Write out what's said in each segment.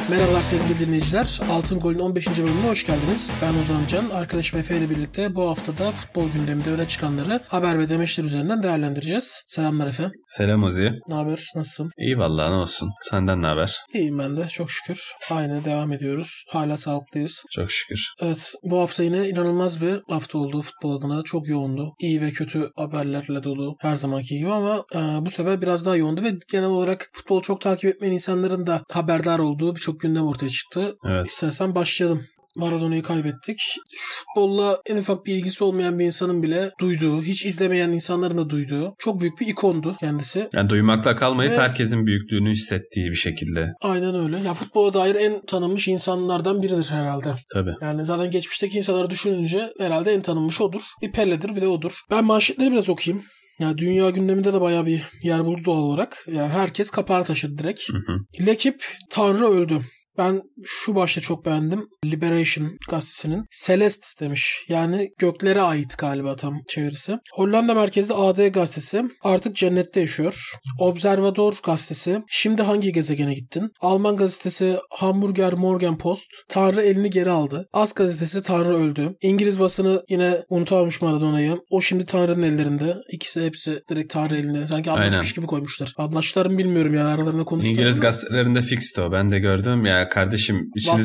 Merhabalar sevgili dinleyiciler. Altın Gol'ün 15. bölümüne hoş geldiniz. Ben Ozan Can. Arkadaşım Efe ile birlikte bu haftada futbol gündeminde öne çıkanları haber ve demeçler üzerinden değerlendireceğiz. Selamlar Efe. Selam Ozi. Ne haber? Nasılsın? İyi vallahi, ne olsun. Senden ne haber? İyiyim ben de. Çok şükür. Aynı devam ediyoruz. Hala sağlıklıyız. Çok şükür. Evet. Bu hafta yine inanılmaz bir hafta oldu futbol adına. Çok yoğundu. İyi ve kötü haberlerle dolu her zamanki gibi ama bu sefer biraz daha yoğundu ve genel olarak futbolu çok takip etmeyen insanların da haberdar olduğu birçok gündem ortaya çıktı. Evet. İstersen başlayalım. Maradona'yı kaybettik. Futbolla en ufak bir ilgisi olmayan bir insanın bile duyduğu, hiç izlemeyen insanların da duyduğu çok büyük bir ikondu kendisi. Yani duymakla kalmayıp herkesin büyüklüğünü hissettiği bir şekilde. Aynen öyle. Ya futbola dair en tanınmış insanlardan biridir herhalde. Tabii. Yani zaten geçmişteki insanları düşününce herhalde en tanınmış odur. Bir Pele'dir, bir de odur. Ben manşetleri biraz okuyayım. Ya dünya gündeminde de bayağı bir yer buldu doğal olarak. Yani herkes kapağını taşıdı direkt. L'Équipe, Tanrı öldü. Ben şu başta çok beğendim. Liberation gazetesinin. Celeste demiş. Yani göklere ait galiba tam çevirisi. Hollanda merkezli AD gazetesi. Artık cennette yaşıyor. Observador gazetesi. Şimdi hangi gezegene gittin? Alman gazetesi Hamburger Morgenpost. Tanrı elini geri aldı. As gazetesi Tanrı öldü. İngiliz basını yine unutamamış Maradona'yı. O şimdi Tanrı'nın ellerinde. İkisi hepsi direkt Tanrı elinde. Sanki anlaşmış gibi koymuşlar. Anlaştılar mı bilmiyorum ya. Aralarında konuştular. İngiliz gazetelerinde fixti o. Ben de gördüm ya. Kardeşim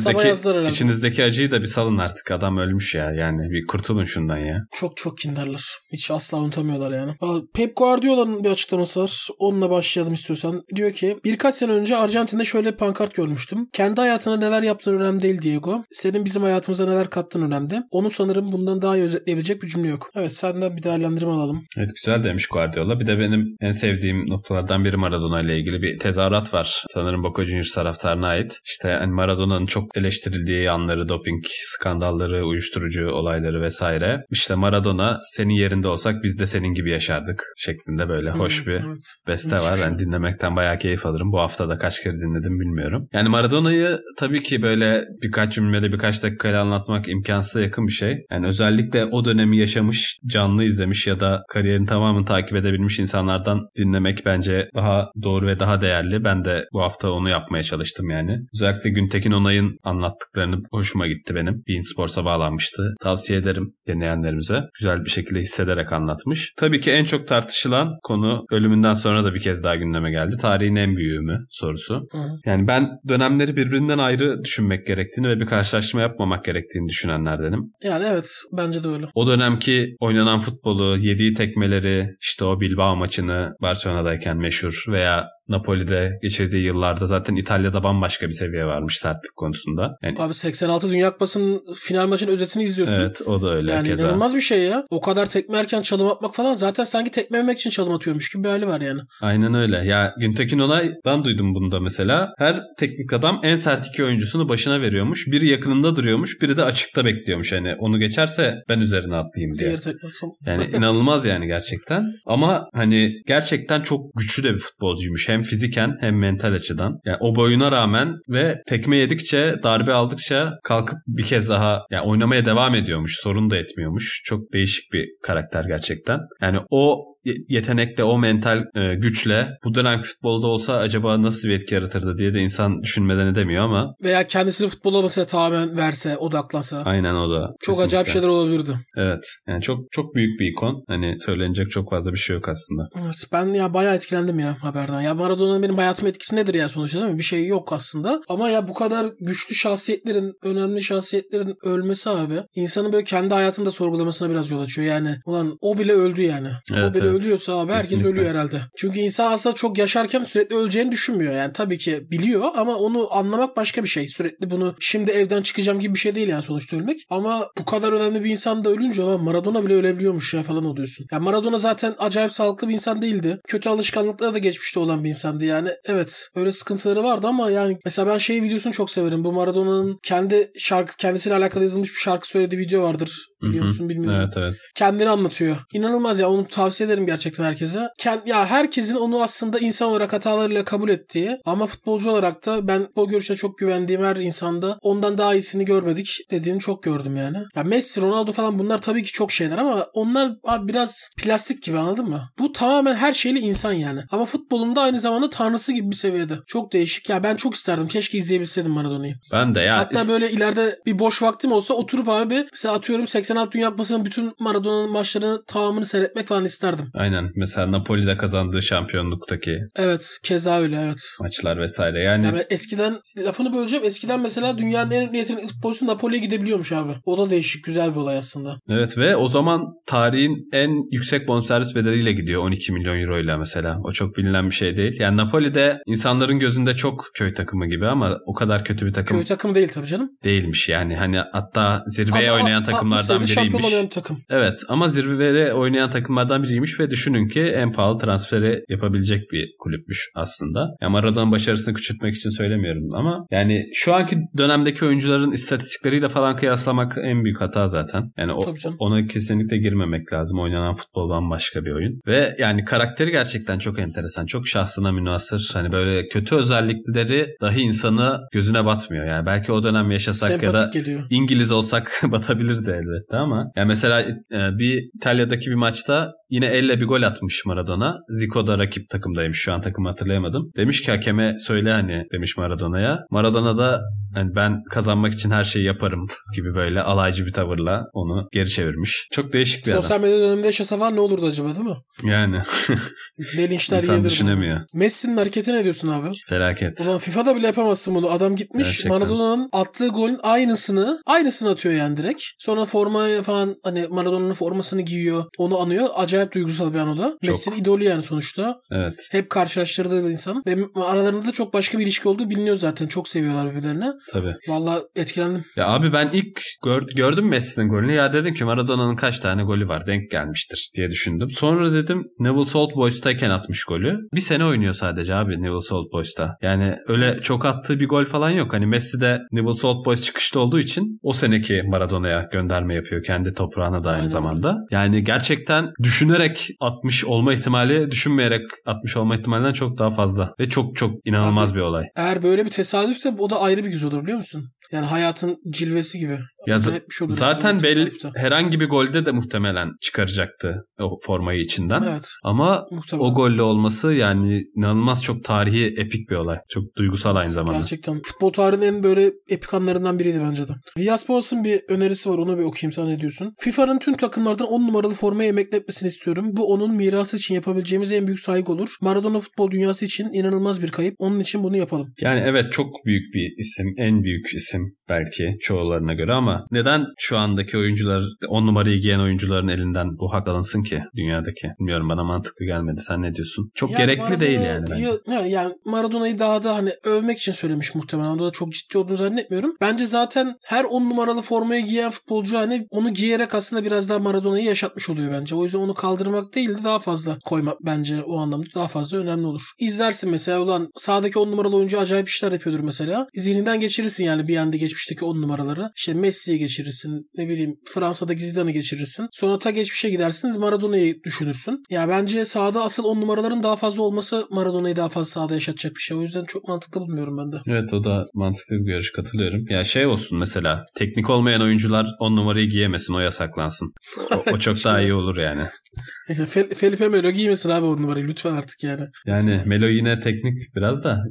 içinizdeki acıyı da bir salın artık. Adam ölmüş ya. Yani bir kurtulun şundan ya. Çok kindarlar. Hiç asla unutamıyorlar yani. Pep Guardiola'nın bir açıklaması var. Onunla başlayalım istiyorsan. Diyor ki birkaç sene önce Arjantin'de şöyle bir pankart görmüştüm. Kendi hayatına neler yaptığın önemli değil Diego. Senin bizim hayatımıza neler kattığın önemli. Onu sanırım bundan daha iyi özetleyebilecek bir cümle yok. Evet, senden bir değerlendirme alalım. Evet, güzel demiş Guardiola. Bir de benim en sevdiğim noktalardan biri Maradona ile ilgili bir tezahürat var. Sanırım Boca Juniors taraftarına ait. İşte yani Maradona'nın çok eleştirildiği yanları, doping skandalları, uyuşturucu olayları vesaire. İşte Maradona, senin yerinde olsak biz de senin gibi yaşardık şeklinde böyle hoş bir beste var. Ben dinlemekten bayağı keyif alırım. Bu hafta da kaç kere dinledim bilmiyorum. Yani Maradona'yı tabii ki böyle birkaç cümlede, birkaç dakikayla anlatmak imkansıza yakın bir şey. Yani özellikle o dönemi yaşamış, canlı izlemiş ya da kariyerin tamamını takip edebilmiş insanlardan dinlemek bence daha doğru ve daha değerli. Ben de bu hafta onu yapmaya çalıştım yani. Özellikle Güntekin Onay'ın anlattıklarını hoşuma gitti benim. Bein Sports'a bağlanmıştı. Tavsiye ederim dinleyenlerimize. Güzel bir şekilde hissederek anlatmış. Tabii ki en çok tartışılan konu ölümünden sonra da bir kez daha gündeme geldi. Tarihin en büyüğü mü sorusu. Yani ben dönemleri birbirinden ayrı düşünmek gerektiğini ve bir karşılaştırma yapmamak gerektiğini düşünenlerdenim. Yani evet, bence de öyle. O dönemki oynanan futbolu, yediği tekmeleri, işte o Bilbao maçını Barcelona'dayken meşhur veya Napoli'de geçirdiği yıllarda zaten İtalya'da bambaşka bir seviye varmış sertlik konusunda. Yani... Abi 86 Dünya Kupası'nın final maçının özetini izliyorsun. Evet, o da öyle. Yani keza. İnanılmaz bir şey ya. O kadar tekme erken çalım atmak falan, zaten sanki tekme yemek için çalım atıyormuş gibi bir hali var yani. Aynen öyle. Ya Güntekin Onay'dan duydum bunu da mesela. Her teknik adam en sert iki oyuncusunu başına veriyormuş. Biri yakınında duruyormuş, biri de açıkta bekliyormuş. Hani onu geçerse ben üzerine atlayayım diye. Yani inanılmaz yani gerçekten. Ama hani gerçekten çok güçlü de bir futbolcuymuş. Hem fiziken hem mental açıdan. Yani o boyuna rağmen ve tekme yedikçe, darbe aldıkça kalkıp bir kez daha yani oynamaya devam ediyormuş. Sorun da etmiyormuş. Çok değişik bir karakter gerçekten. Yani o yetenekle, o mental güçle bu dönem futbolda olsa acaba nasıl bir etki yaratırdı diye de insan düşünmeden edemiyor ama. Veya kendisini futbola mesela tamamen verse, odaklansa. Aynen, o da. Çok Kesinlikle. Acayip şeyler olabilirdi. Evet. Yani çok büyük bir ikon. Hani söylenecek çok fazla bir şey yok aslında. Evet, ben ya bayağı etkilendim ya haberden. Ya Maradona'nın benim hayatıma etkisi nedir ya sonuçta, değil mi? Bir şey yok aslında. Ama ya bu kadar güçlü şahsiyetlerin, önemli şahsiyetlerin ölmesi abi, insanın böyle kendi hayatını da sorgulamasına biraz yol açıyor. Yani ulan o bile öldü yani. Evet, o bile ölüyorsa abi herkes kesinlikle ölüyor herhalde. Çünkü insan aslında çok yaşarken sürekli öleceğini düşünmüyor. Yani tabii ki biliyor ama onu anlamak başka bir şey. Sürekli bunu şimdi evden çıkacağım gibi bir şey değil yani sonuçta ölmek. Ama bu kadar önemli bir insan da ölünce Maradona bile ölebiliyormuş ya falan oluyorsun. Yani Maradona zaten acayip sağlıklı bir insan değildi. Kötü alışkanlıkları da geçmişte olan bir insandı yani. Evet, öyle sıkıntıları vardı ama yani mesela ben videosunu çok severim. Bu Maradona'nın kendisiyle alakalı yazılmış bir şarkı söylediği video vardır. Biliyor musun bilmiyorum. Evet. Kendini anlatıyor. İnanılmaz ya, onu tavsiye ederim gerçekten herkese. Ya herkesin onu aslında insan olarak hatalarıyla kabul ettiği ama futbolcu olarak da ben o görüşe çok güvendiğim her insanda ondan daha iyisini görmedik dediğini çok gördüm yani. Ya Messi, Ronaldo falan bunlar tabii ki çok şeyler ama onlar abi biraz plastik gibi, anladın mı? Bu tamamen her şeyle insan yani. Ama futbolunda aynı zamanda tanrısı gibi bir seviyede. Çok değişik. Ya ben çok isterdim. Keşke izleyebilseydim Maradona'yı. Ben de ya. Hatta böyle ileride bir boş vaktim olsa oturup abi mesela atıyorum 86 Dünya Kupası'nın bütün Maradona'nın maçlarını tamamını seyretmek falan isterdim. Aynen. Mesela Napoli'de kazandığı şampiyonluktaki. Evet. Keza öyle, evet. Maçlar vesaire. Yani eskiden lafını böleceğim. Eskiden mesela dünyanın en yetenekli futbolcusu Napoli'ye gidebiliyormuş abi. O da değişik. Güzel bir olay aslında. Evet ve o zaman tarihin en yüksek bonservis bedeliyle gidiyor. 12 milyon euro ile mesela. O çok bilinen bir şey değil. Yani Napoli'de insanların gözünde çok köy takımı gibi ama o kadar kötü bir takım. Köy takımı değil tabii canım. Değilmiş yani. Hani hatta zirveye oynayan takımlardan biriymiş. Şampiyon oynayan takım. Evet ama zirvede oynayan takımlardan biriymiş ve düşünün ki en pahalı transferi yapabilecek bir kulüpmüş aslında. Yani Maradona'nın başarısını küçültmek için söylemiyorum ama yani şu anki dönemdeki oyuncuların istatistikleriyle falan kıyaslamak en büyük hata zaten. Yani ona kesinlikle girmemek lazım. Oynanan futbol bambaşka bir oyun. Ve yani karakteri gerçekten çok enteresan. Çok şahsına münhasır. Hani böyle kötü özellikleri dahi insanı gözüne batmıyor. Yani belki o dönem yaşasak sempatik ya da geliyor. İngiliz olsak batabilirdi elbette ama yani mesela bir İtalya'daki bir maçta yine elle bir gol atmış Maradona. Zico da rakip takımdaymış. Şu an takımı hatırlayamadım. Demiş ki hakeme söyle hani demiş Maradona'ya. Maradona da hani ben kazanmak için her şeyi yaparım gibi böyle alaycı bir tavırla onu geri çevirmiş. Çok değişik bir adam. Sosyal medya döneminde yaşasa var ne olurdu acaba, değil mi? Yani. Ne linçler İnsan düşünemiyor. Messi'nin hareketi ne diyorsun abi? Felaket. Ulan FIFA'da bile yapamazsın bunu. Adam gitmiş gerçekten. Maradona'nın attığı golün aynısını atıyor yani direkt. Sonra formaya falan hani Maradona'nın formasını giyiyor. Onu anıyor. Acayip duygusal bir an o da. Messi'nin idolü yani sonuçta. Evet. Hep karşılaştırdığı insan. Ve aralarında da çok başka bir ilişki olduğu biliniyor zaten. Çok seviyorlar birbirlerini. Tabii. Vallahi etkilendim. Ya abi ben ilk gördüm Messi'nin golünü. Ya dedim ki Maradona'nın kaç tane golü var denk gelmiştir diye düşündüm. Sonra dedim Newell's Old Boys'tayken atmış golü. Bir sene oynuyor sadece abi Newell's Old Boys'ta. Yani öyle çok attığı bir gol falan yok. Hani Messi de Newell's Old Boys çıkışta olduğu için o seneki Maradona'ya gönderme yapıyor. Kendi toprağına da aynı zamanda. Yani gerçekten düşünerek atmış olma ihtimali düşünmeyerek atmış olma ihtimalinden çok daha fazla. Ve çok çok inanılmaz abi, bir olay. Eğer böyle bir tesadüfse o da ayrı bir güzel olur biliyor musun? Yani hayatın cilvesi gibi. Ya zaten belli herhangi bir golde de muhtemelen çıkaracaktı o formayı içinden. Evet. Ama muhtemelen. O golle olması yani inanılmaz çok tarihi epik bir olay. Çok duygusal aynı zamanda. Gerçekten. Futbol tarihinin en böyle epik anlarından biriydi bence de. Yas Boğaz'ın bir önerisi var. Onu bir okuyayım, sana ne diyorsun? FIFA'nın tüm takımlardan 10 numaralı formaya emekletmesini istiyorum. Bu onun mirası için yapabileceğimiz en büyük saygı olur. Maradona futbol dünyası için inanılmaz bir kayıp. Onun için bunu yapalım. Yani evet çok büyük bir isim. En büyük isim belki çoğularına göre ama neden şu andaki oyuncular 10 numarayı giyen oyuncuların elinden bu hak alınsın ki dünyadaki? Bilmiyorum, bana mantıklı gelmedi. Sen ne diyorsun? Çok yani gerekli değil yani bence. Yani Maradona'yı daha da hani övmek için söylemiş muhtemelen. Onda da çok ciddi olduğunu zannetmiyorum. Bence zaten her 10 numaralı formayı giyen futbolcu hani onu giyerek aslında biraz daha Maradona'yı yaşatmış oluyor bence. O yüzden onu kaldırmak değil de daha fazla koymak bence o anlamda daha fazla önemli olur. İzlersin mesela, ulan sağdaki 10 numaralı oyuncu acayip işler yapıyordur mesela. Zihninden geçirirsin yani bir anda geçmişteki 10 numaraları. İşte Messi'yi geçirirsin. Ne bileyim Fransa'daki Zidane'ı geçirirsin. Sonra ta geçmişe gidersin, Maradona'yı düşünürsün. Ya bence sahada asıl 10 numaraların daha fazla olması Maradona'yı daha fazla sahada yaşatacak bir şey. O yüzden çok mantıklı bulmuyorum ben de. Evet, o da mantıklı bir görüş, katılıyorum. Ya şey olsun mesela, teknik olmayan oyuncular 10 numarayı giyemesin, o yasaklansın. O çok daha iyi olur yani. Felipe Melo giymesin abi 10 numarayı lütfen artık yani. Yani Melo yine teknik biraz da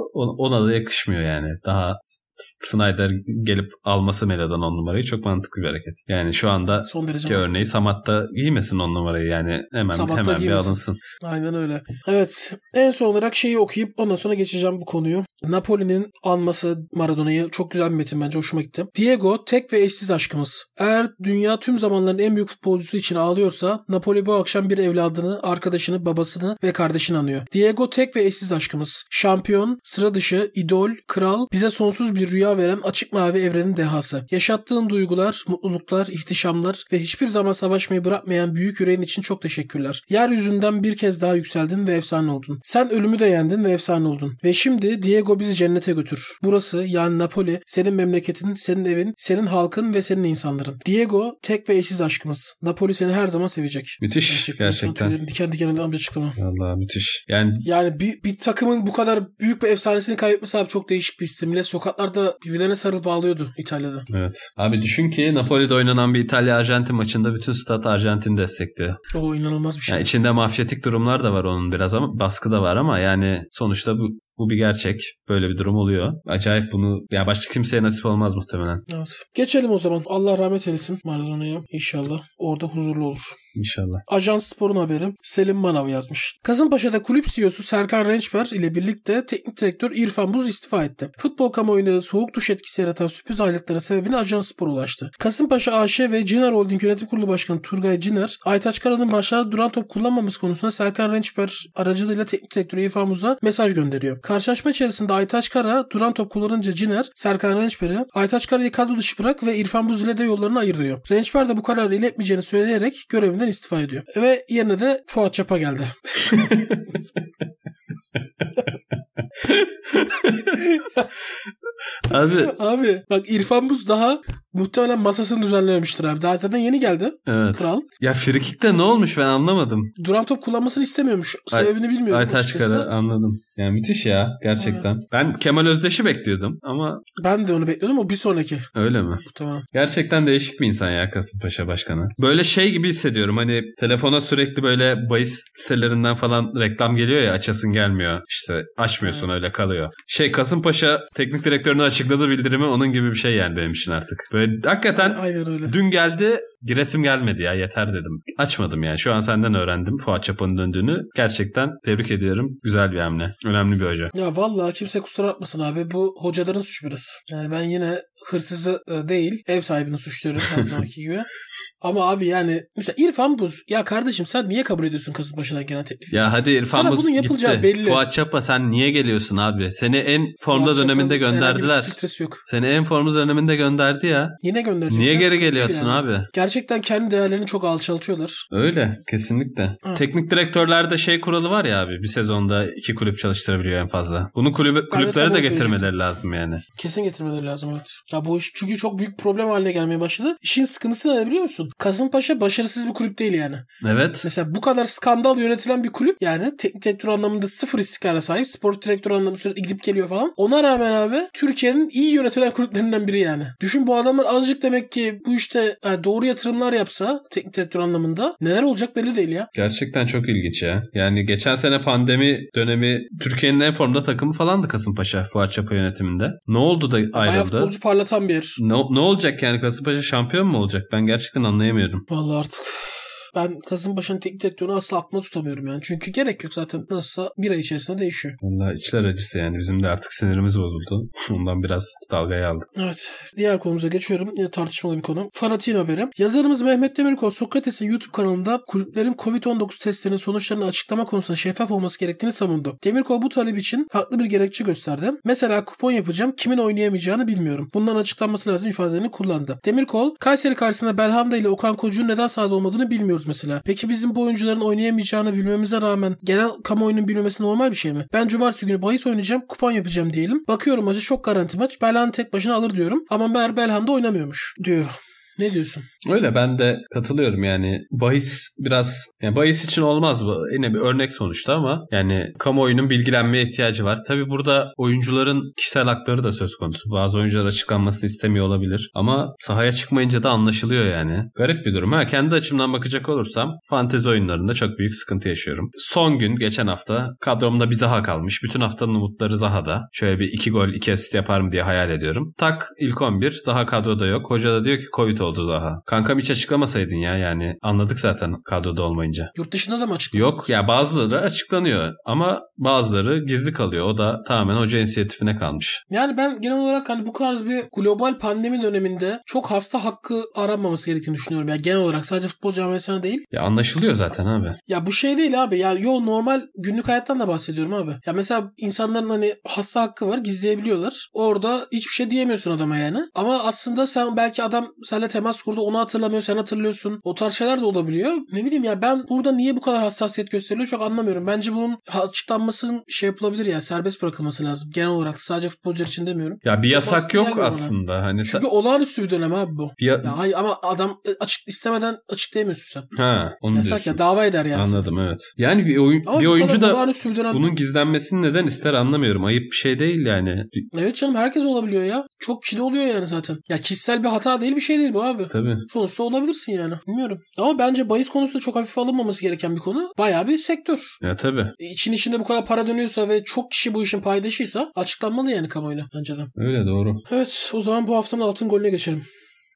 ona da yakışmıyor yani. Daha Snyder gelip alması Melo'dan 10 numarayı çok mantıklı bir hareket. Yani şu anda ki örneği Samat'ta giymesin 10 numarayı yani hemen bir alınsın. Aynen öyle. Evet, en son olarak şeyi okuyup ondan sonra geçeceğim bu konuyu. Napoli'nin alması Maradona'yı çok güzel bir metin bence, hoşuma gitti. Diego tek ve eşsiz aşkımız. Eğer dünya tüm zamanların en büyük futbolcusu için ağlıyorsa Napoli bu akşam bir evladını, arkadaşını, babasını ve kardeşini anıyor. Diego tek ve eşsiz aşkımız. Şampiyon, sıra dışı, idol, kral, bize sonsuz bir bir rüya veren açık mavi evrenin dehası. Yaşattığın duygular, mutluluklar, ihtişamlar ve hiçbir zaman savaşmayı bırakmayan büyük yüreğin için çok teşekkürler. Yeryüzünden bir kez daha yükseldin ve efsane oldun. Sen ölümü de yendin ve efsane oldun. Ve şimdi Diego bizi cennete götür. Burası yani Napoli senin memleketin, senin evin, senin halkın ve senin insanların. Diego tek ve eşsiz aşkımız. Napoli seni her zaman sevecek. Müthiş gerçekten. Diken diken eden bir açıklama. Vallahi müthiş. Yani bir takımın bu kadar büyük bir efsanesini kaybetmesi abi çok değişik bir isim. Millet sokaklarda birbirlerine sarılıp ağlıyordu İtalya'da. Evet. Abi düşün ki Napoli'de oynanan bir İtalya-Arjantin maçında bütün stat Arjantin destekliyor. O inanılmaz bir şey. Yani içinde mafyatik durumlar da var onun biraz ama baskı da var ama yani sonuçta bu bir gerçek. Böyle bir durum oluyor. Acayip bunu ya başka kimseye nasip olmaz muhtemelen. Evet. Geçelim o zaman. Allah rahmet eylesin Maradona'ya. İnşallah orada huzurlu olur. İnşallah. Ajans Spor'un haberi Selim Manav yazmış. Kasımpaşa'da kulüp CEO'su Serkan Rençper ile birlikte teknik direktör İrfan Buz istifa etti. Futbol kamuoyunda soğuk duş etkisi yaratan sürpriz ayrılıkların sebebine Ajans Spor ulaştı. Kasımpaşa AŞ ve Ciner Holding Yönetim Kurulu Başkanı Turgay Ciner, Aytaç Kara'nın maçlarda duran top kullanmaması konusunda Serkan Rençper aracılığıyla teknik direktör İrfan Buz'a mesaj gönderiyor. Karşılaşma içerisinde Aytaç Kara duran top kullanınca Ciner, Serkan Rençper'e Aytaç Kara'yı kadro dışı bırak ve İrfan Buz ile de yollarını ayırıyor. Rençper de bu kararı iletmeyeceğini söyleyerek görevinden istifa ediyor. Ve yerine de Fuat Çapa geldi. Abi bak İrfan Buz daha muhtemelen masasını düzenlememiştir abi. Daha zaten yeni geldi. Evet. Kral. Ya frikikte ne olmuş ben anlamadım. Duran top kullanmasını istemiyormuş. Sebebini bilmiyorum. Aytaç Kara anladım. Yani müthiş ya gerçekten. Evet. Ben Kemal Özdeş'i bekliyordum ama. Ben de onu bekliyordum o bir sonraki. Öyle mi? Tamam. Gerçekten değişik bir insan ya Kasımpaşa Başkanı. Böyle şey gibi hissediyorum hani telefona sürekli böyle bahis sitelerinden falan reklam geliyor ya açasın gelmiyor. İşte açmıyorsun öyle kalıyor. Kasımpaşa teknik direktörünün açıkladığı bildirimi onun gibi bir şey yani benim için artık. Böyle hakikaten dün geldi giresim gelmedi ya yeter dedim. Açmadım yani şu an senden öğrendim Fuat Çapa'nın döndüğünü. Gerçekten tebrik ediyorum. Güzel bir hamle. Önemli bir hoca. Ya vallahi kimse kusura bakmasın abi. Bu hocaların suçu biraz. Yani ben yine hırsızı değil ev sahibini suçluyorum her zamanki gibi. Ama abi yani mesela İrfan Buz ya kardeşim sen niye kabul ediyorsun Kasımpaşa'dan gelen teklifi? Ya hadi İrfan Buz bunun yapılacağı gitti. Belli. Fuat Çapa sen niye geliyorsun abi? Seni en formda döneminde gönderdiler. Yok. Seni en formda döneminde gönderdi ya. Yine gönderecek. Niye geri geliyorsun abi? Gerçekten kendi değerlerini çok alçaltıyorlar. Öyle kesinlikle. Evet. Teknik direktörlerde kuralı var ya abi bir sezonda 2 kulüp çalıştırabiliyor en fazla. Bunu kulüplere de getirmeleri lazım yani. Kesin getirmeleri lazım evet. Ya bu iş çünkü çok büyük problem haline gelmeye başladı. İşin sıkıntısı ne biliyor musun? Kasımpaşa başarısız bir kulüp değil yani. Evet. Mesela bu kadar skandal yönetilen bir kulüp yani teknik direktör anlamında sıfır istikrara sahip. Spor direktör anlamında sürekli gidip geliyor falan. Ona rağmen abi Türkiye'nin iyi yönetilen kulüplerinden biri yani. Düşün bu adamlar azıcık demek ki bu işte doğru yatırımlar yapsa teknik direktör anlamında neler olacak belli değil ya. Gerçekten çok ilginç ya. Yani geçen sene pandemi dönemi Türkiye'nin en formda takımı falandı Kasımpaşa Fuat Çapa yönetiminde. Ne oldu da ayrıldı? Bayağı futbolcu parlatan bir yer. Ne olacak yani Kasımpaşa şampiyon mu olacak? Ben gerçekten anlayamıyorum. Vallahi artık ben Kasımpaşa'nın teknik direktörünü asla aklımda tutamıyorum yani. Çünkü gerek yok zaten. Nasılsa bir ay içerisinde değişiyor. Vallahi içler acısı yani. Bizim de artık sinirimiz bozuldu. Ondan biraz dalgaya aldık. Evet. Diğer konumuza geçiyorum. Yine tartışmalı bir konu. Fanatik'in haberi. Yazarımız Mehmet Demirkol Sokrates'in YouTube kanalında kulüplerin Covid-19 testlerinin sonuçlarını açıklama konusunda şeffaf olması gerektiğini savundu. Demirkol bu talep için haklı bir gerekçe gösterdi. Mesela kupon yapacağım. Kimin oynayamayacağını bilmiyorum. Bundan açıklanması lazım ifadelerini kullandı. Demirkol, Kayseri karşısında Belhanda ile Okan Kocuğ'un neden sahada olmadığını bilmiyoruz mesela. Peki bizim bu oyuncuların oynayamayacağını bilmemize rağmen genel kamuoyunun bilmemesi normal bir şey mi? Ben cumartesi günü bahis oynayacağım, kupon yapacağım diyelim. Bakıyorum maçı çok garanti maç. Belhanda tek başına alır diyorum. Ama meğer Belhanda oynamıyormuş diyor. Ne diyorsun? Öyle ben de katılıyorum yani bahis biraz yani bahis için olmaz bu yine bir örnek sonuçta ama yani kamuoyunun bilgilenmeye ihtiyacı var. Tabii burada oyuncuların kişisel hakları da söz konusu. Bazı oyuncular açıklanmasını istemiyor olabilir ama sahaya çıkmayınca da anlaşılıyor yani. Garip bir durum. Kendi açımdan bakacak olursam fantezi oyunlarında çok büyük sıkıntı yaşıyorum. Son gün geçen hafta kadromda bir Zaha kalmış. Bütün haftanın umutları Zaha'da. Şöyle bir 2 gol 2 asist yapar mı diye hayal ediyorum. Tak ilk 11 Zaha kadroda yok. Hoca da diyor ki Covid oldu daha. Kankam hiç açıklamasaydın ya, yani anladık zaten kadroda olmayınca. Yurt dışında da mı açıklanıyor? Yok ya, bazıları açıklanıyor ama bazıları gizli kalıyor. O da tamamen hoca inisiyatifine kalmış. Yani ben genel olarak hani bu tarz bir global pandemi döneminde çok hasta hakkı aranmaması gerektiğini düşünüyorum. Yani genel olarak sadece futbol camiasına değil. Ya anlaşılıyor zaten abi. Ya bu şey değil abi. Ya normal günlük hayattan da bahsediyorum abi. Ya mesela insanların hani hasta hakkı var, gizleyebiliyorlar. Orada hiçbir şey diyemiyorsun adama yani. Ama aslında sen belki adam seninle temas kurdu, onu hatırlamıyor, sen hatırlıyorsun. O tarz şeyler de olabiliyor. Ne bileyim ya, ben burada niye bu kadar hassasiyet gösteriliyor çok anlamıyorum. Bence bunun açıklanmasının şey yapılabilir ya, serbest bırakılması lazım. Genel olarak sadece futbolcular için demiyorum. Ya bir çok yasak yok aslında. Bana. Hani çünkü olağanüstü bir dönem abi bu. Ya hayır, ama adam istemeden açıklayamıyorsun sen. Ha, onu yasak diyorsun. Ya, dava eder yani. Anladım, evet. Yani bir oyuncu da bunun gizlenmesini neden ister anlamıyorum. Ayıp bir şey değil yani. Evet canım, herkes olabiliyor ya. Çok kişi de oluyor yani zaten. Ya kişisel bir hata değil, bir şey değil bu abi. Tabii. Sonuçta olabilirsin yani. Bilmiyorum. Ama bence bahis konusunda çok hafife alınmaması gereken bir konu. Bayağı bir sektör. Ya tabii. İçinde bu kadar para dönüyorsa ve çok kişi bu işin paydaşıysa açıklanmalı yani kamuoyuna bence de. Öyle, doğru. Evet, o zaman bu haftanın altın golüne geçelim.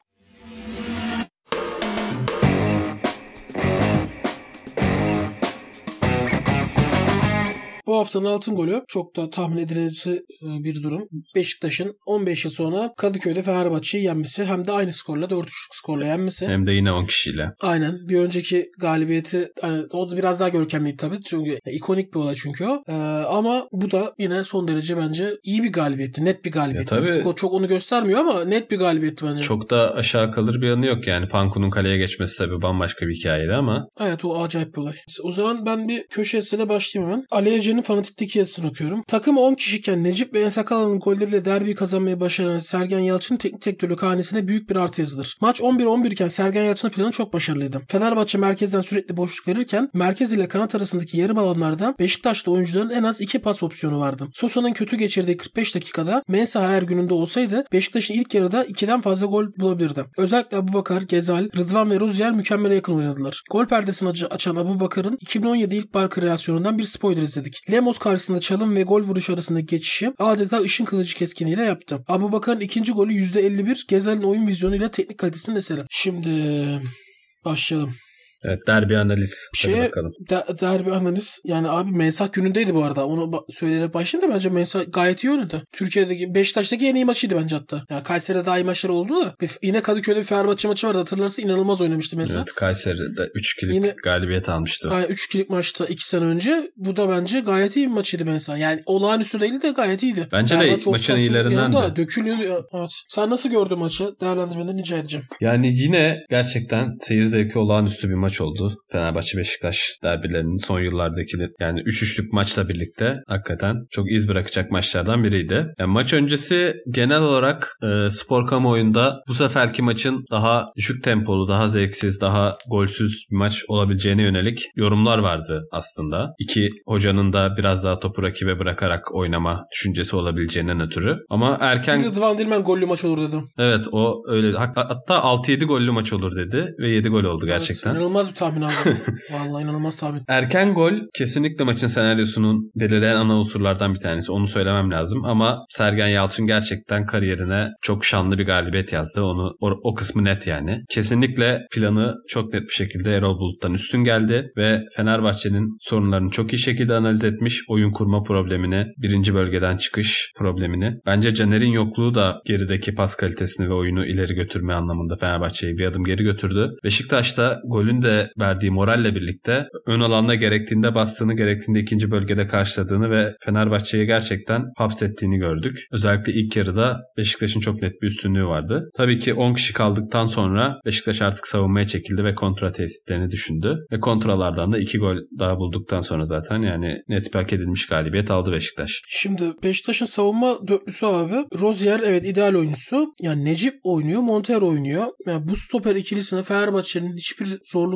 Bu haftanın altın golü çok da tahmin edilebilir bir durum. Beşiktaş'ın 15 yıl sonra Kadıköy'de Fenerbahçe'yi yenmesi, hem de aynı skorla 4-3 skorla yenmesi. Hem de yine 10 kişiyle. Aynen. Bir önceki galibiyeti o da biraz daha görkemliydi tabii. Çünkü ikonik bir olay çünkü o. Ama bu da yine son derece bence iyi bir galibiyetti. Net bir galibiyetti. Skor çok onu göstermiyor ama net bir galibiyetti bence. Çok da aşağı kalır bir yanı yok yani. Panku'nun kaleye geçmesi tabii bambaşka bir hikayeydi ama. Evet, o acayip bir olay. O zaman ben bir köşe yazısıyla başlayayım hemen. Ali Ece'nin fanatikteki yazısını okuyorum. Takım 10 kişiyken Necip ve Ensakala'nın golleriyle derbiyi kazanmayı başaran Sergen Yalçın'ın teknik direktörlük hanesine büyük bir artı yazılır. Maç 11-11 iken Sergen Yalçın'ın planı çok başarılıydı. Fenerbahçe merkezden sürekli boşluk verirken merkez ile kanat arasındaki yarım alanlarda Beşiktaşlı oyuncuların en az 2 pas opsiyonu vardı. Sosa'nın kötü geçirdiği 45 dakikada Mensah her gününde olsaydı Beşiktaş'ın ilk yarıda 2'den fazla gol bulabilirdi. Özellikle Abubakar, Gezal, Rıdvan ve Rozier mükemmele yakın oynadılar. Gol perdesini açan Abubakar'ın 2017 ilk bar kreasyonundan bir spoiler izledik. Lemos karşısında çalım ve gol vuruş arasındaki geçişi adeta ışın kılıcı keskinliğiyle yaptı. Abubakar'ın ikinci golü %51, Gezal'in oyun vizyonuyla teknik kalitesinin eseri. Şimdi başlayalım. Evet, derbi analiz. Hadi bakalım. Derbi analiz. Yani abi Mensah günündeydi bu arada. Onu söyleyerek başlayayım da bence Mensah gayet iyi oynadı. Türkiye'deki, Beşiktaş'taki en iyi maçıydı bence hatta. Ya Kayseri'de daha iyi maçları oldu da. Yine Kadıköy'de bir Fenerbahçe maçı vardı, hatırlarsın, inanılmaz oynamıştı Mensah. Evet, Kayseri'de 3-2'lik galibiyet almıştı. Yani 3-2'lik maçta 2 sene önce. Bu da bence gayet iyi bir maçıydı Mensah. Yani olağanüstü değildi de gayet iyiydi. Bence de maçın iyilerinden de. Dökülüyor. Evet. Sen nasıl gördün maçı? Değerlendirmeni rica edeceğim. Yani yine gerçekten seyir zevki olağanüstü bir maç oldu. Fenerbahçe-Beşiktaş derbilerinin son yıllardaki, yani 3-3'lük maçla birlikte hakikaten çok iz bırakacak maçlardan biriydi. Yani maç öncesi genel olarak spor kamuoyunda bu seferki maçın daha düşük tempolu, daha zevksiz, daha golsüz bir maç olabileceğine yönelik yorumlar vardı aslında. İki hocanın da biraz daha topu rakibe bırakarak oynama düşüncesi olabileceğinden ötürü. Ama erken... Rıdvan Dilmen gollü maç olur dedim. Evet, o öyle. Hatta 6-7 gollü maç olur dedi ve 7 gol oldu gerçekten. Evet, inanılmaz bir tahmin abi. Vallahi inanılmaz tahmin. Erken gol kesinlikle maçın senaryosunun belirleyen ana unsurlardan bir tanesi. Onu söylemem lazım ama Sergen Yalçın gerçekten kariyerine çok şanlı bir galibiyet yazdı. O kısmı net yani. Kesinlikle planı çok net bir şekilde Erol Bulut'tan üstün geldi ve Fenerbahçe'nin sorunlarını çok iyi şekilde analiz etmiş. Oyun kurma problemini, birinci bölgeden çıkış problemini. Bence Caner'in yokluğu da gerideki pas kalitesini ve oyunu ileri götürme anlamında Fenerbahçe'yi bir adım geri götürdü. Beşiktaş'ta golün de verdiği moralle birlikte ön alanda gerektiğinde bastığını, gerektiğinde ikinci bölgede karşıladığını ve Fenerbahçe'yi gerçekten hapsettiğini gördük. Özellikle ilk yarıda Beşiktaş'ın çok net bir üstünlüğü vardı. Tabii ki 10 kişi kaldıktan sonra Beşiktaş artık savunmaya çekildi ve kontra tesitlerini düşündü. Ve kontralardan da 2 gol daha bulduktan sonra zaten yani net bir hak edilmiş galibiyet aldı Beşiktaş. Şimdi Beşiktaş'ın savunma dörtlüsü abi. Rozier evet ideal oyuncusu. Yani Necip oynuyor, Montero oynuyor. Yani bu stoper ikilisine Fenerbahçe'nin hiçbir zorluk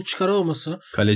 zorluk çıkaramaması.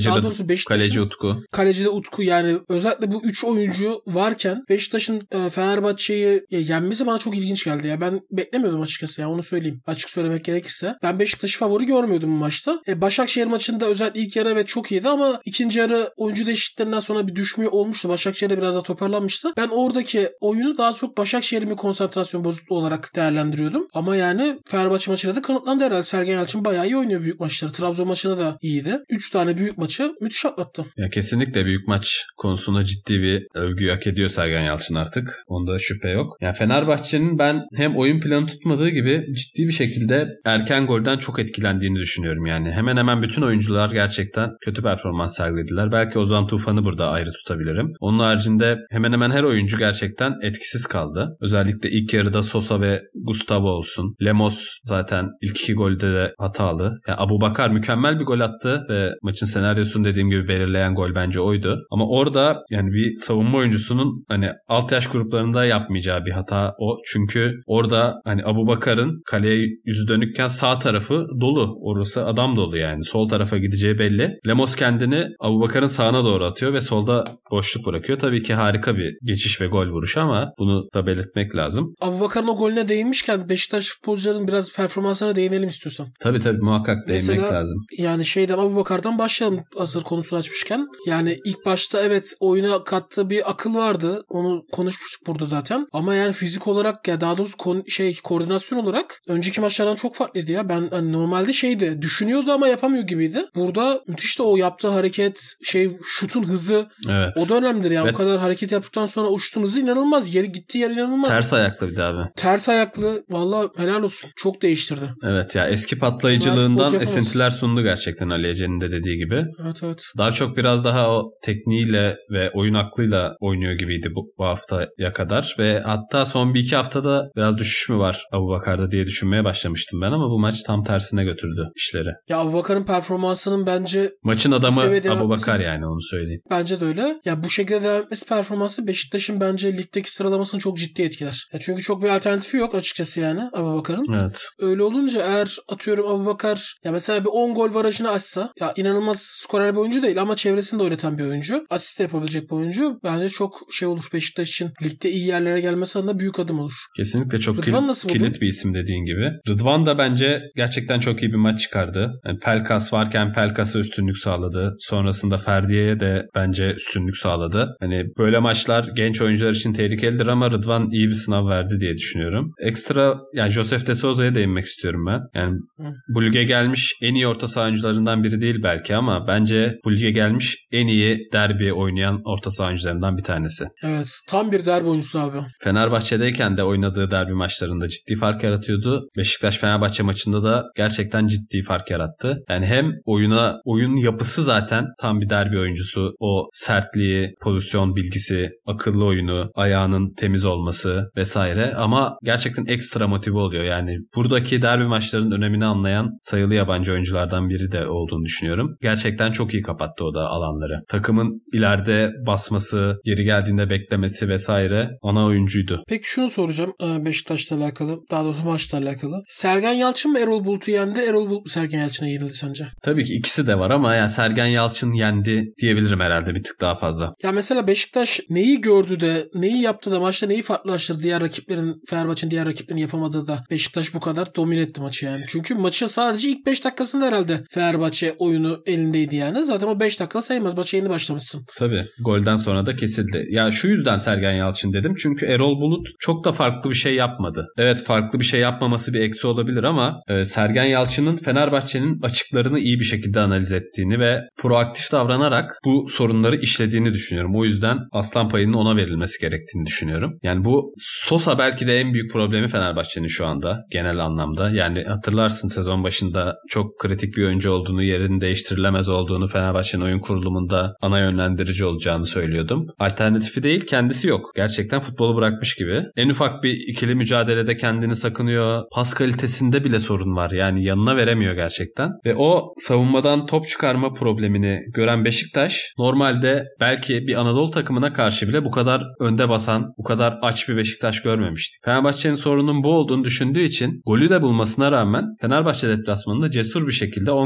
Kaleci Utku. Kalecide Utku, yani özellikle bu 3 oyuncu varken Beşiktaş'ın Fenerbahçe'yi yenmesi bana çok ilginç geldi ya. Ben beklemiyordum açıkçası ya, onu söyleyeyim. Açık söylemek gerekirse. Ben Beşiktaş'ı favori görmüyordum bu maçta. Başakşehir maçında özellikle ilk yarı evet çok iyiydi ama ikinci yarı oyuncu değişikliklerinden sonra bir düşme olmuştu. Başakşehir'de biraz daha toparlanmıştı. Ben oradaki oyunu daha çok Başakşehir'in bir konsantrasyon bozukluğu olarak değerlendiriyordum. Ama yani Fenerbahçe maçında da kanıtlandı herhalde. Sergen Yalçın bayağı iyi oynuyor büyük maçları. Trabzon maçında da iyiydi. 3 tane büyük maçı müthiş atlattı. Ya kesinlikle büyük maç konusunda ciddi bir övgü hak ediyor Sergen Yalçın artık. Onda şüphe yok. Ya Fenerbahçe'nin ben hem oyun planı tutmadığı gibi ciddi bir şekilde erken golden çok etkilendiğini düşünüyorum yani. Hemen hemen bütün oyuncular gerçekten kötü performans sergilediler. Belki Ozan Tufan'ı burada ayrı tutabilirim. Onun haricinde hemen hemen her oyuncu gerçekten etkisiz kaldı. Özellikle ilk yarıda Sosa ve Gustavo olsun. Lemos zaten ilk 2 golde de hatalı. Yani Abubakar mükemmel bir gol attı ve maçın senaryosunu dediğim gibi belirleyen gol bence oydu. Ama orada yani bir savunma oyuncusunun hani alt yaş gruplarında yapmayacağı bir hata o. Çünkü orada hani Abubakar'ın kaleye yüzü dönükken sağ tarafı dolu. Orası adam dolu yani. Sol tarafa gideceği belli. Lemos kendini Abubakar'ın sağına doğru atıyor ve solda boşluk bırakıyor. Tabii ki harika bir geçiş ve gol vuruşu ama bunu da belirtmek lazım. Abubakar'ın o golüne değinmişken Beşiktaş futbolcuların biraz performanslarına değinelim istiyorsan. Tabii muhakkak değinmek mesela, lazım. Yani Abubakar'dan başlayalım hazır konusunu açmışken. Yani ilk başta evet oyuna kattığı bir akıl vardı. Onu konuşmuştuk burada zaten. Ama yani fizik olarak ya daha doğrusu koordinasyon olarak önceki maçlardan çok farklıydı ya. Ben hani normalde düşünüyordu ama yapamıyor gibiydi. Burada müthiş de o yaptığı hareket, şutun hızı. Evet. O da önemlidir yani. O kadar hareket yaptıktan sonra o şutun hızı inanılmaz. Gittiği yer inanılmaz. Ters ayaklı bir de abi. Ters ayaklı. Vallahi helal olsun. Çok değiştirdi. Evet ya, eski patlayıcılığından esintiler sundu gerçekten Ali Ece'nin de dediği gibi. Evet. Daha çok biraz daha o tekniğiyle ve oyun aklıyla oynuyor gibiydi bu haftaya kadar ve hatta son 1-2 haftada biraz düşüş mü var Abubakar'da diye düşünmeye başlamıştım ben ama bu maç tam tersine götürdü işleri. Ya Abubakar'ın performansının bence maçın adamı Abubakar yani, onu söyleyeyim. Bence de öyle. Ya bu şekilde devam etmesi performansı Beşiktaş'ın bence ligdeki sıralamasını çok ciddi etkiler. Ya çünkü çok bir alternatifi yok açıkçası yani Abubakar'ın. Evet. Öyle olunca eğer atıyorum Abubakar ya mesela bir 10 gol barajını açsa, ya inanılmaz skorer bir oyuncu değil ama çevresini de oynatan bir oyuncu. Asist de yapabilecek bir oyuncu. Bence çok olur Beşiktaş için. Ligde iyi yerlere gelmesi adına büyük adım olur. Kesinlikle çok kilit bir isim dediğin gibi. Rıdvan da bence gerçekten çok iyi bir maç çıkardı. Yani Pelkas varken Pelkas'a üstünlük sağladı. Sonrasında Ferdi'ye de bence üstünlük sağladı. Hani böyle maçlar genç oyuncular için tehlikelidir ama Rıdvan iyi bir sınav verdi diye düşünüyorum. Ekstra yani Josef de Souza'ya değinmek istiyorum ben. Yani bu lige gelmiş en iyi orta saha oyuncularından biri değil belki ama bence bu lige gelmiş en iyi derbi oynayan orta saha oyuncularından bir tanesi. Evet, tam bir derbi oyuncusu abi. Fenerbahçe'deyken de oynadığı derbi maçlarında ciddi fark yaratıyordu. Beşiktaş-Fenerbahçe maçında da gerçekten ciddi fark yarattı. Yani hem oyun yapısı zaten tam bir derbi oyuncusu. O sertliği, pozisyon bilgisi, akıllı oyunu, ayağının temiz olması vesaire ama gerçekten ekstra motive oluyor. Yani buradaki derbi maçlarının önemini anlayan sayılı yabancı oyunculardan biri de olduğunu düşünüyorum. Gerçekten çok iyi kapattı o da alanları. Takımın ileride basması, yeri geldiğinde beklemesi vesaire ana oyuncuydu. Peki şunu soracağım Beşiktaş'la alakalı, daha doğrusu maçla alakalı. Sergen Yalçın mı Erol Bulut'u yendi, Erol Bulut mu Sergen Yalçın'a yenildi sence? Tabii ki ikisi de var ama yani Sergen Yalçın yendi diyebilirim herhalde bir tık daha fazla. Ya mesela Beşiktaş neyi gördü de, neyi yaptı da maçta neyi farklılaştırdı Fenerbahçe'nin diğer rakiplerin yapamadığı da Beşiktaş bu kadar domine etti maçı yani. Çünkü maçın sadece ilk 5 dakikasında herhalde Fenerbahçe oyunu elindeydi yani. Zaten o 5 dakika sayılmaz. Maça yeni başlamışsın. Tabii. Golden sonra da kesildi. Ya şu yüzden Sergen Yalçın dedim. Çünkü Erol Bulut çok da farklı bir şey yapmadı. Evet, farklı bir şey yapmaması bir eksi olabilir ama Sergen Yalçın'ın Fenerbahçe'nin açıklarını iyi bir şekilde analiz ettiğini ve proaktif davranarak bu sorunları işlediğini düşünüyorum. O yüzden aslan payının ona verilmesi gerektiğini düşünüyorum. Yani bu Sosa belki de en büyük problemi Fenerbahçe'nin şu anda genel anlamda. Yani hatırlarsın sezon başında çok kritik bir oyuncu olduğunu, yerini değiştirilemez olduğunu, Fenerbahçe'nin oyun kurulumunda ana yönlendirici olacağını söylüyordum. Alternatifi değil, kendisi yok. Gerçekten futbolu bırakmış gibi. En ufak bir ikili mücadelede kendini sakınıyor. Pas kalitesinde bile sorun var. Yani yanına veremiyor gerçekten. Ve o savunmadan top çıkarma problemini gören Beşiktaş normalde belki bir Anadolu takımına karşı bile bu kadar önde basan, bu kadar aç bir Beşiktaş görmemiştik. Fenerbahçe'nin sorunun bu olduğunu düşündüğü için golü de bulmasına rağmen Fenerbahçe deplasmanında cesur bir şekilde 10 kişi kalan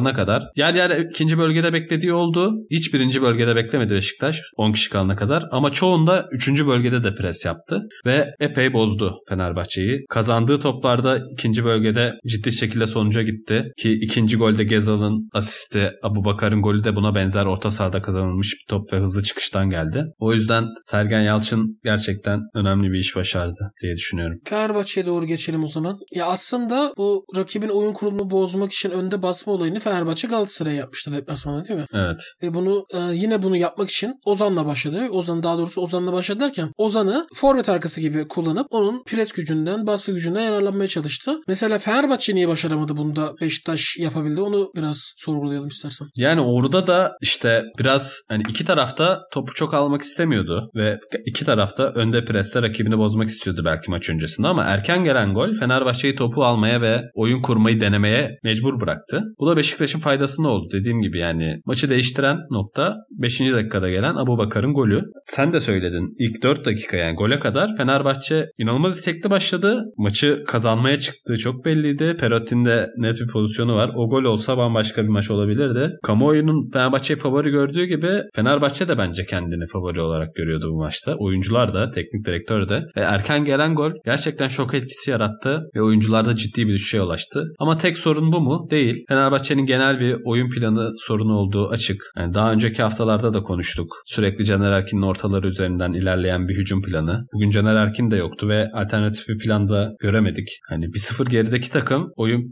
kalana kadar. Yer yer ikinci bölgede beklediği oldu. Hiç birinci bölgede beklemedi Beşiktaş 10 kişi kalana kadar. Ama çoğunda 3. bölgede de pres yaptı. Ve epey bozdu Fenerbahçe'yi. Kazandığı toplarda ikinci bölgede ciddi şekilde sonuca gitti. Ki ikinci golde Gezal'ın asisti, Abubakar'ın golü de buna benzer orta sahada kazanılmış bir top ve hızlı çıkıştan geldi. O yüzden Sergen Yalçın gerçekten önemli bir iş başardı diye düşünüyorum. Fenerbahçe'ye doğru geçelim o zaman. Ya aslında bu rakibin oyun kurulumunu bozmak için önde basma olayını Fenerbahçe Galatasaray'a yapmıştı deplasmanda, değil mi? Evet. Ve yine bunu yapmak için Ozan'la başladı. Ozan'la başladı derken Ozan'ı forvet arkası gibi kullanıp onun pres gücünden, baskı gücünden yararlanmaya çalıştı. Mesela Fenerbahçe niye başaramadı bunu da Beşiktaş yapabildi? Onu biraz sorgulayalım istersen. Yani orada da işte biraz hani iki tarafta topu çok almak istemiyordu ve iki tarafta önde presle rakibini bozmak istiyordu belki maç öncesinde ama erken gelen gol Fenerbahçe'yi topu almaya ve oyun kurmayı denemeye mecbur bıraktı. Bu da Beşiktaş'ın faydasına oldu. Dediğim gibi yani maçı değiştiren nokta 5. dakikada gelen Abubakar'ın golü. Sen de söyledin. İlk 4 dakika yani gole kadar Fenerbahçe inanılmaz istekli başladı. Maçı kazanmaya çıktığı çok belliydi. Perotti'nin de net bir pozisyonu var. O gol olsa bambaşka bir maç olabilirdi. Kamuoyunun Fenerbahçe'yi favori gördüğü gibi Fenerbahçe de bence kendini favori olarak görüyordu bu maçta. Oyuncular da, teknik direktör de. Erken gelen gol gerçekten şok etkisi yarattı ve oyuncularda ciddi bir düşüşe ulaştı. Ama tek sorun bu mu? Değil. Fenerbahçe'nin genel bir oyun planı sorunu olduğu açık. Yani daha önceki haftalarda da konuştuk. Sürekli Caner Erkin'in ortaları üzerinden ilerleyen bir hücum planı. Bugün Caner Erkin de yoktu ve alternatif bir plan da göremedik. Hani 1-0 gerideki takım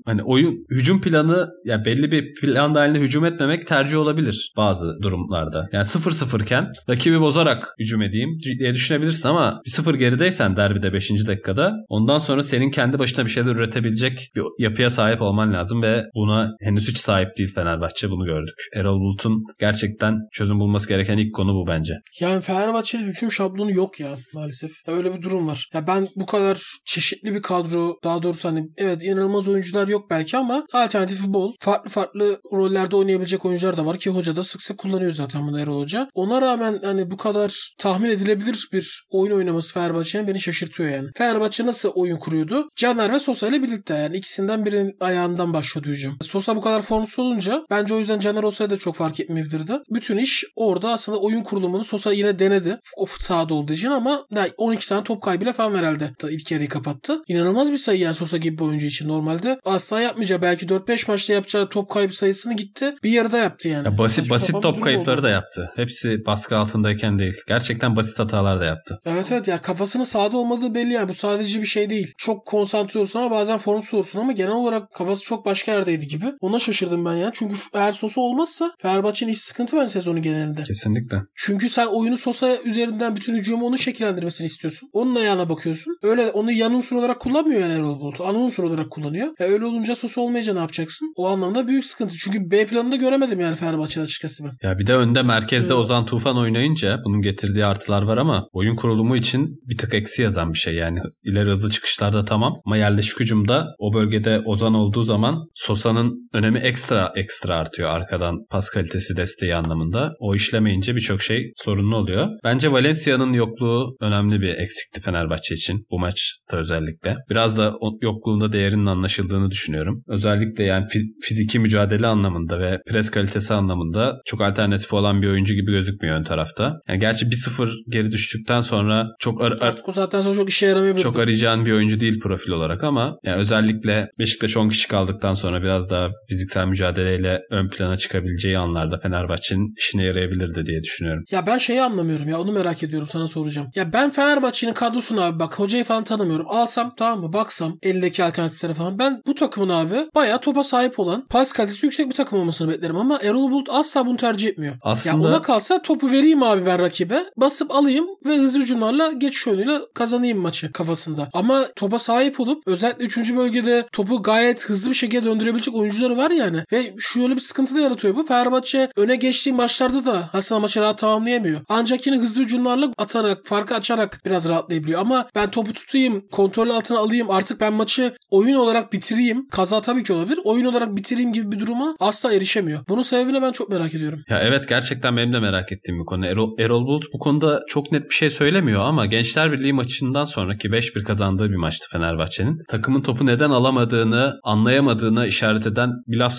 hücum planı ya belli bir plan dahilinde hücum etmemek tercih olabilir bazı durumlarda. Yani 0-0 iken rakibi bozarak hücum edeyim diye düşünebilirsin ama 1-0 gerideysen derbide 5. dakikada ondan sonra senin kendi başına bir şeyler üretebilecek bir yapıya sahip olman lazım ve buna henüz hiç sahip değil Fenerbahçe, bunu gördük. Erol Bulut'un gerçekten çözüm bulması gereken ilk konu bu bence. Yani Fenerbahçe'nin hücum şablonu yok ya maalesef. Öyle bir durum var. Ya ben bu kadar çeşitli bir kadro, daha doğrusu hani evet inanılmaz oyuncular yok belki ama alternatifi bol. Farklı rollerde oynayabilecek oyuncular da var ki hoca da sık sık kullanıyor zaten bunu, Erol Hoca. Ona rağmen hani bu kadar tahmin edilebilir bir oyun oynaması Fenerbahçe'nin beni şaşırtıyor yani. Fenerbahçe nasıl oyun kuruyordu? Caner ve Sosa ile birlikte yani ikisinden birinin ayağından başlıyordu hücum. Sosa bu kadar formsuz olunca bence o yüzden Caner olsaydı da çok fark etmeyebilirdi. Bütün iş orada aslında oyun kurulumunu Sosa yine denedi. O sahada olduğu için ama 12 tane top kaybıyla falan herhalde ilk yarıyı kapattı. İnanılmaz bir sayı yani Sosa gibi bir oyuncu için. Normalde asla yapmayacağı, belki 4-5 maçta yapacağı top kaybı sayısını gitti bir yarıda yaptı yani. Ya basit top kayıpları da yaptı. Hepsi baskı altındayken değil. Gerçekten basit hatalar da yaptı. Evet ya kafasının sahada olmadığı belli yani. Bu sadece bir şey değil. Çok konsantre olursun ama bazen formsuz olursun ama genel olarak kafası çok başka yerdeydi gibi. Ona şaşırdım ben ya. Çünkü eğer Sosa olmazsa Fenerbahçe'nin hiç sıkıntı bence sezonu genelinde. Kesinlikle. Çünkü sen oyunu Sosa üzerinden bütün hücumu onun şekillendirmesini istiyorsun. Onun ayağına bakıyorsun. Öyle onu yan unsur olarak kullanmıyor yani Erol Bulut. Ana unsur olarak kullanıyor. Öyle olunca Sosa olmayınca ne yapacaksın? O anlamda büyük sıkıntı. Çünkü B planında göremedim yani Fenerbahçe'de açıkçası ben. Ya bir de önde merkezde Ozan Tufan oynayınca bunun getirdiği artılar var ama oyun kurulumu için bir tık eksi yazan bir şey yani. İleri hızlı çıkışlarda tamam ama yerleşik hücumda o bölgede Ozan olduğu zaman Sosa'nın önemi ekstra artıyor arkadan pas kalitesi desteği anlamında. O işlemeyince birçok şey sorunlu oluyor. Bence Valencia'nın yokluğu önemli bir eksikti Fenerbahçe için bu maçta özellikle. Biraz da yokluğunda değerinin anlaşıldığını düşünüyorum. Özellikle yani fiziki mücadele anlamında ve pres kalitesi anlamında çok alternatif olan bir oyuncu gibi gözükmüyor ön tarafta. Yani gerçi 1-0 geri düştükten sonra çok artık o zaten sonra çok işe yaramayabilir. Çok arayacağın bir oyuncu değil profil olarak ama yani özellikle Beşiktaş 10 kişi kaldıktan sonra biraz daha fiziksel mücadeleyle ön plana çıkabileceği anlarda Fenerbahçe'nin işine yarayabilirdi diye düşünüyorum. Ya ben şeyi anlamıyorum ya, onu merak ediyorum, sana soracağım. Ya ben Fenerbahçe'nin kadrosunu abi bak hocayı falan tanımıyorum. Alsam tamam mı, baksam eldeki alternatiflere falan. Ben bu takımın abi bayağı topa sahip olan, pas kalitesi yüksek bir takım olmasını beklerim ama Erol Bulut asla bunu tercih etmiyor. Aslında... Ya ona kalsa topu vereyim abi ben rakibe. Basıp alayım ve hızlı hücumlarla geçiş oyunuyla kazanayım maçı kafasında. Ama topa sahip olup özellikle 3. bölgede topu gayet hızlı bir şekilde döndürebilecek oyuncuları var yani. Ve şöyle bir sıkıntı da yaratıyor bu. Fenerbahçe öne geçtiği maçlarda da aslında maçı rahat tamamlayamıyor. Ancak yine hızlı hücumlarla atarak, farkı açarak biraz rahatlayabiliyor. Ama ben topu tutayım, kontrol altına alayım, artık ben maçı oyun olarak bitireyim. Kaza tabii ki olabilir. Oyun olarak bitireyim gibi bir duruma asla erişemiyor. Bunun sebebini ben çok merak ediyorum. Ya evet, gerçekten benim de merak ettiğim bir konu. Erol Bulut bu konuda çok net bir şey söylemiyor ama Gençler Birliği maçından sonraki 5-1 kazandığı bir maçtı Fenerbahçe'nin. Takımın topu neden alamadığını, anlayamadığını işaret eden bir laf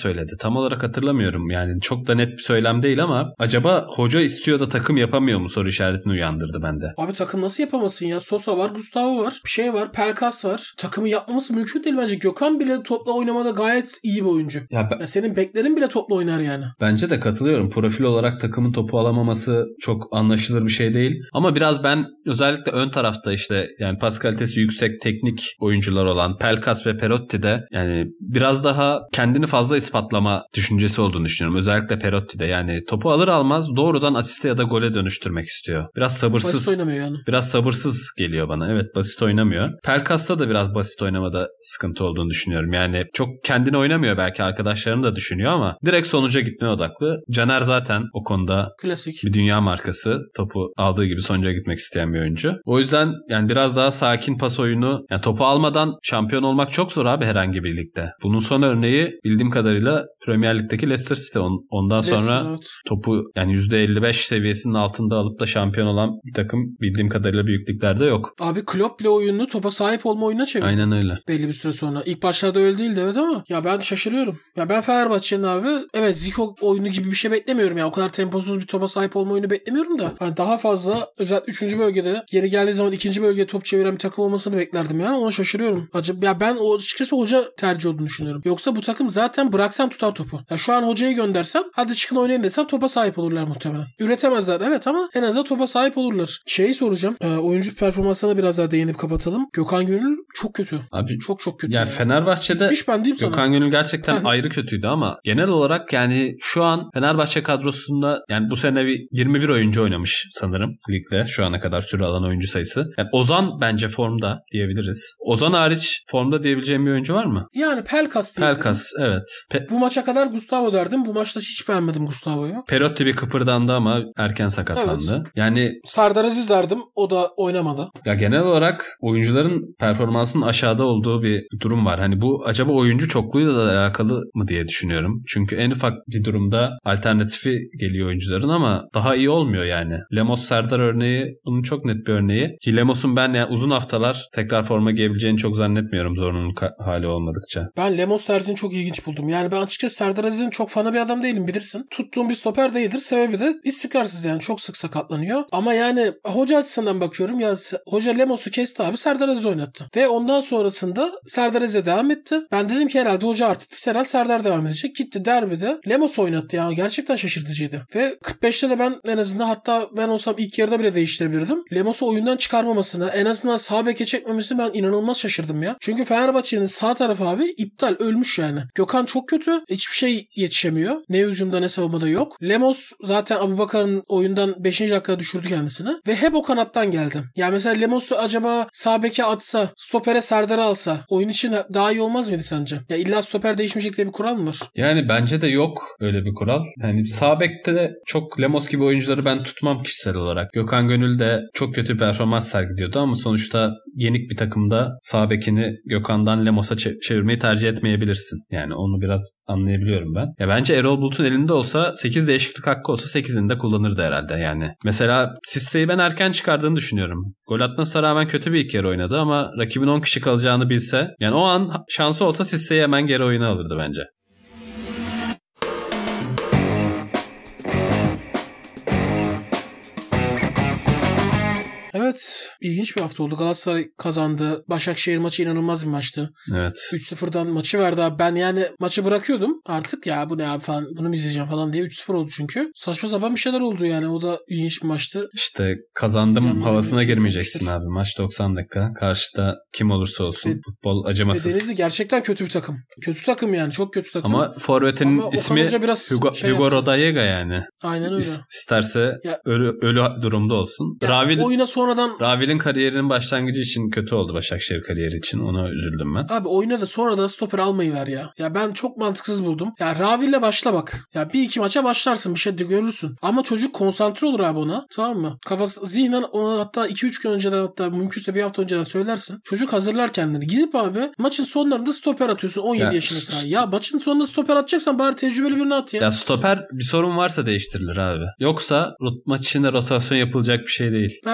söyledi. Tam olarak hatırlamıyorum. Yani çok da net bir söylem değil ama acaba hoca istiyor da takım yapamıyor mu soru işaretini uyandırdı bende. Abi takım nasıl yapamasın ya? Sosa var, Gustavo var, bir şey var, Pelkas var. Takımı yapmaması mümkün değil bence. Gökhan bile topla oynamada gayet iyi bir oyuncu. Ya senin beklerin bile topla oynar yani. Bence de katılıyorum. Profil olarak takımın topu alamaması çok anlaşılır bir şey değil. Ama biraz ben özellikle ön tarafta işte yani pas kalitesi yüksek teknik oyuncular olan Pelkas ve Perotti'de yani biraz daha kendini fazla ispatlama düşüncesi olduğunu düşünüyorum. Özellikle Perotti'de yani topu alır almaz doğrudan asiste ya da gole dönüştürmek istiyor. Biraz sabırsız. Basit oynamıyor yani. Biraz sabırsız geliyor bana. Evet, basit oynamıyor. Pelkas'ta da biraz basit oynamada sıkıntı olduğunu düşünüyorum. Yani çok kendini oynamıyor, belki arkadaşlarını da düşünüyor ama direkt sonuca gitmeye odaklı. Caner zaten o konuda klasik bir dünya markası. Topu aldığı gibi sonuca gitmek isteyen bir oyuncu. O yüzden yani biraz daha sakin pas oyunu. Yani topu almadan şampiyon olmak çok zor abi herhangi bir ligde. Bunun son örneği bildiğim kadarıyla Premier Lig'deki Leicester City. Ondan sonra evet, topu yani %55 seviyesinin altında alıp da şampiyon olan bir takım bildiğim kadarıyla büyük liglerde yok. Abi Klopp bile oyununu topa sahip olma oyununa çevirdi. Aynen öyle. Belli bir süre sonra. İlk başlarda öyle değildi evet ama ya ben şaşırıyorum. Ya ben Fenerbahçe'nin abi evet Zico oyunu gibi bir şey beklemiyorum ya. O kadar temposuz bir topa sahip olma oyunu beklemiyorum da. Yani daha fazla özellikle 3. bölgede yeri geldiği zaman 2. bölgede top çeviren bir takım olmasını beklerdim yani. Ona şaşırıyorum. Acaba ya ben açıkçası hoca tercih olduğunu düşünüyorum. Yoksa bu takım zaten bıraksan tutar topu. Ya şu an hocayı göndersem hadi çıkın oynayın desem topa sahip olurlar muhtemelen. Üretemezler evet ama en azından topa sahip olurlar. Şeyi soracağım. Oyuncu performansına biraz daha değinip kapatalım. Gökhan Gönül çok kötü. Abi çok kötü. Yani Fenerbahçe'de Gökhan Gönül gerçekten Heh. ayrı kötüydü ama genel olarak yani şu an Fenerbahçe kadrosunda yani bu sene bir 21 oyuncu oynamış sanırım ligde şu ana kadar süre alan oyuncu sayısı. Yani Ozan bence formda diyebiliriz. Ozan hariç formda diyebileceğim bir oyuncu var mı? Yani Pelkas diyebilirim. Pelkas evet. Bu maça kadar Gustavo derdim. Bu maçta hiç beğenmedim Gustavo'yu. Perotti bir kıpırdandı ama erken sakatlandı. Evet. Yani Serdar Aziz derdim. O da oynamadı. Ya genel olarak oyuncuların performansının aşağıda olduğu bir durum var. Hani bu acaba oyuncu çokluğuyla da alakalı mı diye düşünüyorum. Çünkü en ufak bir durumda alternatifi geliyor oyuncuların ama daha iyi olmuyor yani. Lemos Serdar örneği bunun çok net bir örneği. Ki Lemos'un ben yani uzun haftalar tekrar forma giyebileceğini çok zannetmiyorum zorunluluk hali olmadıkça. Ben Lemos tercihini çok ilginç buldum. Yani ben açıkçası Serdar Aziz'in çok fanı bir adam değilim bilirsin. Tuttuğum bir stoper değildir. Sebebi de istikrarsız yani. Çok sık sakatlanıyor. Ama yani hoca açısından bakıyorum ya hoca Lemos'u kesti abi Serdar Aziz oynattı. Ve ondan sonrasında Serdar Aziz'e devam etti. Ben dedim ki herhalde hoca arttı. Herhalde Serdar devam edecek. Gitti derbide Lemos oynattı ya. Gerçekten şaşırtıcıydı. Ve 45'te de ben en azından hatta ben olsam ilk yarıda bile değiştirebilirdim. Lemos'u oyundan çıkarmamasına en azından sağ beke çekmemesini ben inanılmaz şaşırdım ya. Çünkü Fenerbahçe'nin sağ tarafı abi iptal ölmüş yani. Gökhan çok kötü. Hiçbir şey yetişemiyor. Ne hücumda ne savunmada yok. Lemos zaten Abubakar'ın oyundan 5. dakikada düşürdü kendisini. Ve hep o kanattan geldi. Yani mesela Lemos'u acaba sağ beke atsa, stopere Serdar'ı alsa oyun için daha iyi olmaz mıydı sence? Ya illa stoper değişmeyecek diye bir kural mı var? Yani bence de yok öyle bir kural. Yani sağ bekte de çok Lemos gibi oyuncuları ben tutmam kişisel olarak. Gökhan Gönül de çok kötü performans sergiliyordu ama sonuçta yenik bir takımda sağ bekini Gökhan'dan Lemos'a çevirmeyi tercih etmeyebilirsin. Yani onu biraz anlayabiliyorum ben. Ya bence Erol Bulut'un elinde olsa 8 değişiklik hakkı olsa 8'ini de kullanırdı herhalde yani. Mesela Sisse'yi ben erken çıkardığını düşünüyorum. Gol atmasına rağmen kötü bir ilk yarı oynadı ama rakibin 10 kişi kalacağını bilse yani o an şansı olsa Sisse'yi hemen geri oyuna alırdı bence. Evet. İlginç bir hafta oldu. Galatasaray kazandı. Başakşehir maçı inanılmaz bir maçtı. Evet. 3-0'dan maçı verdi abi. Ben yani maçı bırakıyordum. Artık ya bu ne abi falan bunu mu izleyeceğim falan diye 3-0 oldu çünkü. Saçma sapan bir şeyler oldu yani. O da ilginç bir maçtı. İşte kazandım havasına girmeyeceksin abi. Maç 90 dakika. Karşıda kim olursa olsun. Futbol acımasız. Denizli gerçekten kötü bir takım. Kötü takım yani. Çok kötü takım. Ama forvetinin ismi Hugo Rodallega yani. Aynen öyle. İsterse ölü durumda olsun. Yani oyuna sonradan Ravil'in kariyerinin başlangıcı için kötü oldu Başakşehir kariyeri için. Ona üzüldüm ben. Abi oyuna da sonra da stoper almayı ver ya. Ya ben çok mantıksız buldum. Ya Ravil'le başla bak. Ya bir iki maça başlarsın bir şey de görürsün. Ama çocuk konsantre olur abi ona. Tamam mı? Kafası zihnen ona hatta 2-3 gün önceden hatta mümkünse bir hafta önceden söylersin. Çocuk hazırlar kendini. Gidip abi maçın sonlarında stoper atıyorsun 17 yaşına sahip. Ya maçın sonunda stoper atacaksan bari tecrübeli birini at ya. Ya stoper bir sorun varsa değiştirilir abi. Yoksa maç içinde rotasyon yapılacak bir şey değil. Bence de değil.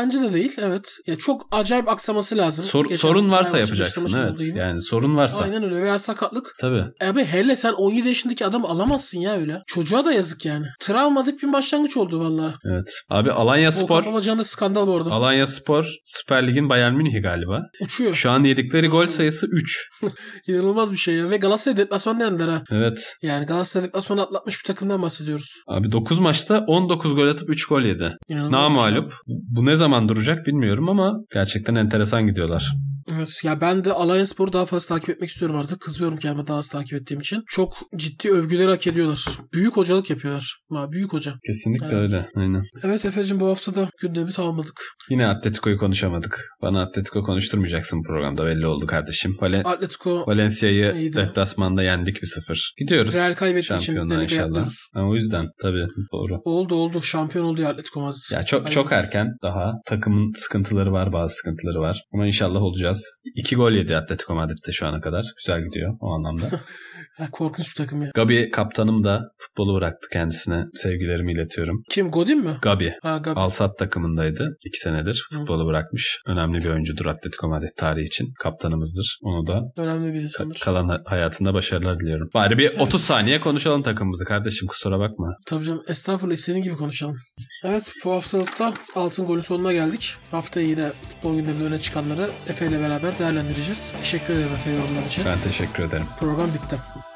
değil. Evet. Ya çok acayip aksaması lazım. Sorun varsa yapacaksın. Evet. Yani sorun varsa. Aynen öyle. Veya sakatlık. Tabii. Abi hele sen 17 yaşındaki adamı alamazsın ya öyle. Çocuğa da yazık yani. Travmatik bir başlangıç oldu vallahi. Evet. Abi Alanyaspor. Volkan skandal bu arada. Alanyaspor Süper Lig'in Bayern Münih'i galiba. Uçuyor. Şu an yedikleri gol sayısı 3. İnanılmaz bir şey ya. Ve Galatasaray deplasmanı yendiler ha. Evet. Yani Galatasaray deplasmanı atlatmış bir takımdan bahsediyoruz. Abi 9 maçta 19 gol atıp 3 gol yedi. Namağlup. Bu ne zaman duracak bilmiyorum ama gerçekten enteresan gidiyorlar. Evet ya ben de Alanyaspor'u daha fazla takip etmek istiyorum artık. Kızıyorum kendime daha az takip ettiğim için. Çok ciddi övgüleri hak ediyorlar. Büyük hocalık yapıyorlar. Büyük hoca. Kesinlikle evet. Öyle. Aynen. Evet Efe'cim bu hafta da gündemi tamamladık. Yine Atletico'yu konuşamadık. Bana Atletico konuşturmayacaksın bu programda belli oldu kardeşim. Atletico Valencia'yı deplasmanda yendik 1-0. Gidiyoruz. Real kaybettiği için inşallah. Ama o yüzden tabii doğru. Oldu. Şampiyon oldu ya Atletico Madrid. Ya çok erken daha. Takımın sıkıntıları var, bazı sıkıntıları var. Ama inşallah olacağız. 2 gol yedi Atletico Madrid'de şu ana kadar. Güzel gidiyor o anlamda. Korkunç bir takım ya. Gabi kaptanım da futbolu bıraktı, kendisine sevgilerimi iletiyorum. Kim? Godin mi? Gabi. Gabi. Al-Sadd takımındaydı. 2 senedir futbolu bırakmış. Önemli bir oyuncudur Atletico Madrid tarihi için. Kaptanımızdır. Onu da önemli bir insandır. Kalan hayatında başarılar diliyorum. Bari bir 30 saniye konuşalım takımımızı kardeşim, kusura bakma. Tabii canım, estağfurullah, istediğin gibi konuşalım. Evet, bu haftalıkta Altın Gol'ün sonuna geldik. Haftaya yine futbol gündeminde öne çıkanları Efe ile beraber değerlendireceğiz. Teşekkür ederim Efe yorumlar için. Ben teşekkür ederim. Program bitti.